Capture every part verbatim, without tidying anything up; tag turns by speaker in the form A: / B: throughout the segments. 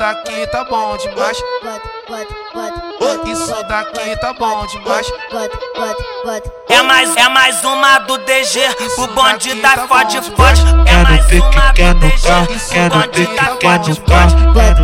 A: daqui tá bom demais. Isso daqui tá bom demais.
B: É mais, é mais uma do D G, o bonde da fode fode. É mais uma do D G, o bonde da fode fode.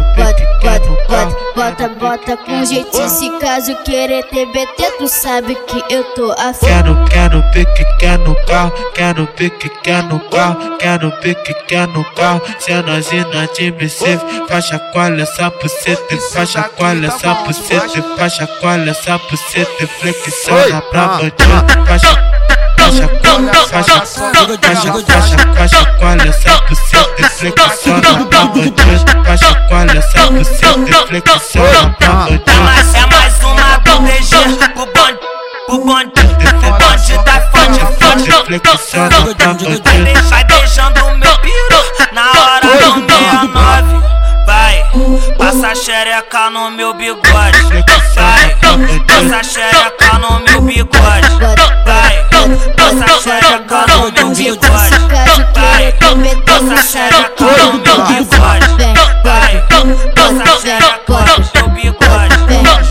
C: Bota, bota com jeito, se caso querer ter B T, tu sabe que eu tô afim.
D: Quero, quero pique, quer no carro, quero pique, quer no carro, quero pique, quer no carro. Se é nós inadmissível, faz chacoalha essa buceta, faz chacoalha essa buceta, faz chacoalha essa buceta, flexiona pra bandido, faz chacoalha, faz chacoalha essa buceta, flexiona pra bandido, faz chacoalha essa buceta, flexiona pra bandido.
B: É mais, é mais uma do D G, o bonde, o bonde, o bonde da fode fode.
D: Flexiona pra bandido.
B: Vai beijando meu piru na hora do sessenta e nove. Vai, passa xereca no meu bigode. Vai, passa xereca no meu bigode. Vai, passa xereca no meu bigode. Vai, passa xereca no meu bigode. Vai, passa xereca no meu bigode.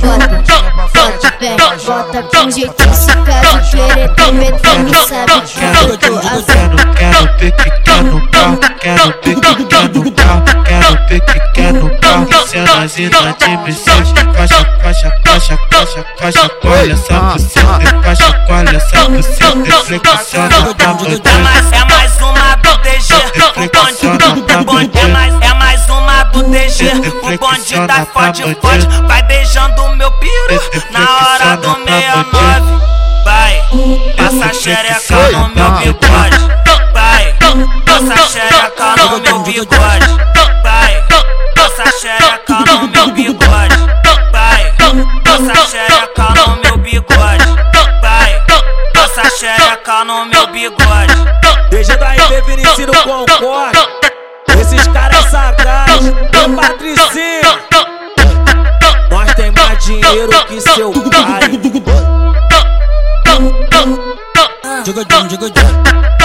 C: Bota com jeito, se caso querer ter B T, tu sabe que eu tô afim.
D: Quero pique, quer no carro, quero pique, quer no carro, quero pique, quer no carro. Se é nós inadmissíveis, faz faixa, faixa, faixa, faixa, colha essa buceta, faixa, colha essa buceta, flexiona pra bandido.
B: É mais, é mais uma do D G, o bonde, o bonde. É mais, é mais uma do D G, o bonde da fode fode. Vai beijando meu piru na hora do sessenta e nove. Vai, passa xereca no meu bigode. Vai, passa xereca no meu bigode. Vai, passa xereca no meu bigode. Vai, passa xereca no meu bigode. Vai, passa xereca no meu bigode.
E: D G da R P Vinicius no Concorde. Esses caras sagazes, meu patricinho. Nós tem mais dinheiro que seu pai. Jogadão, jogadão.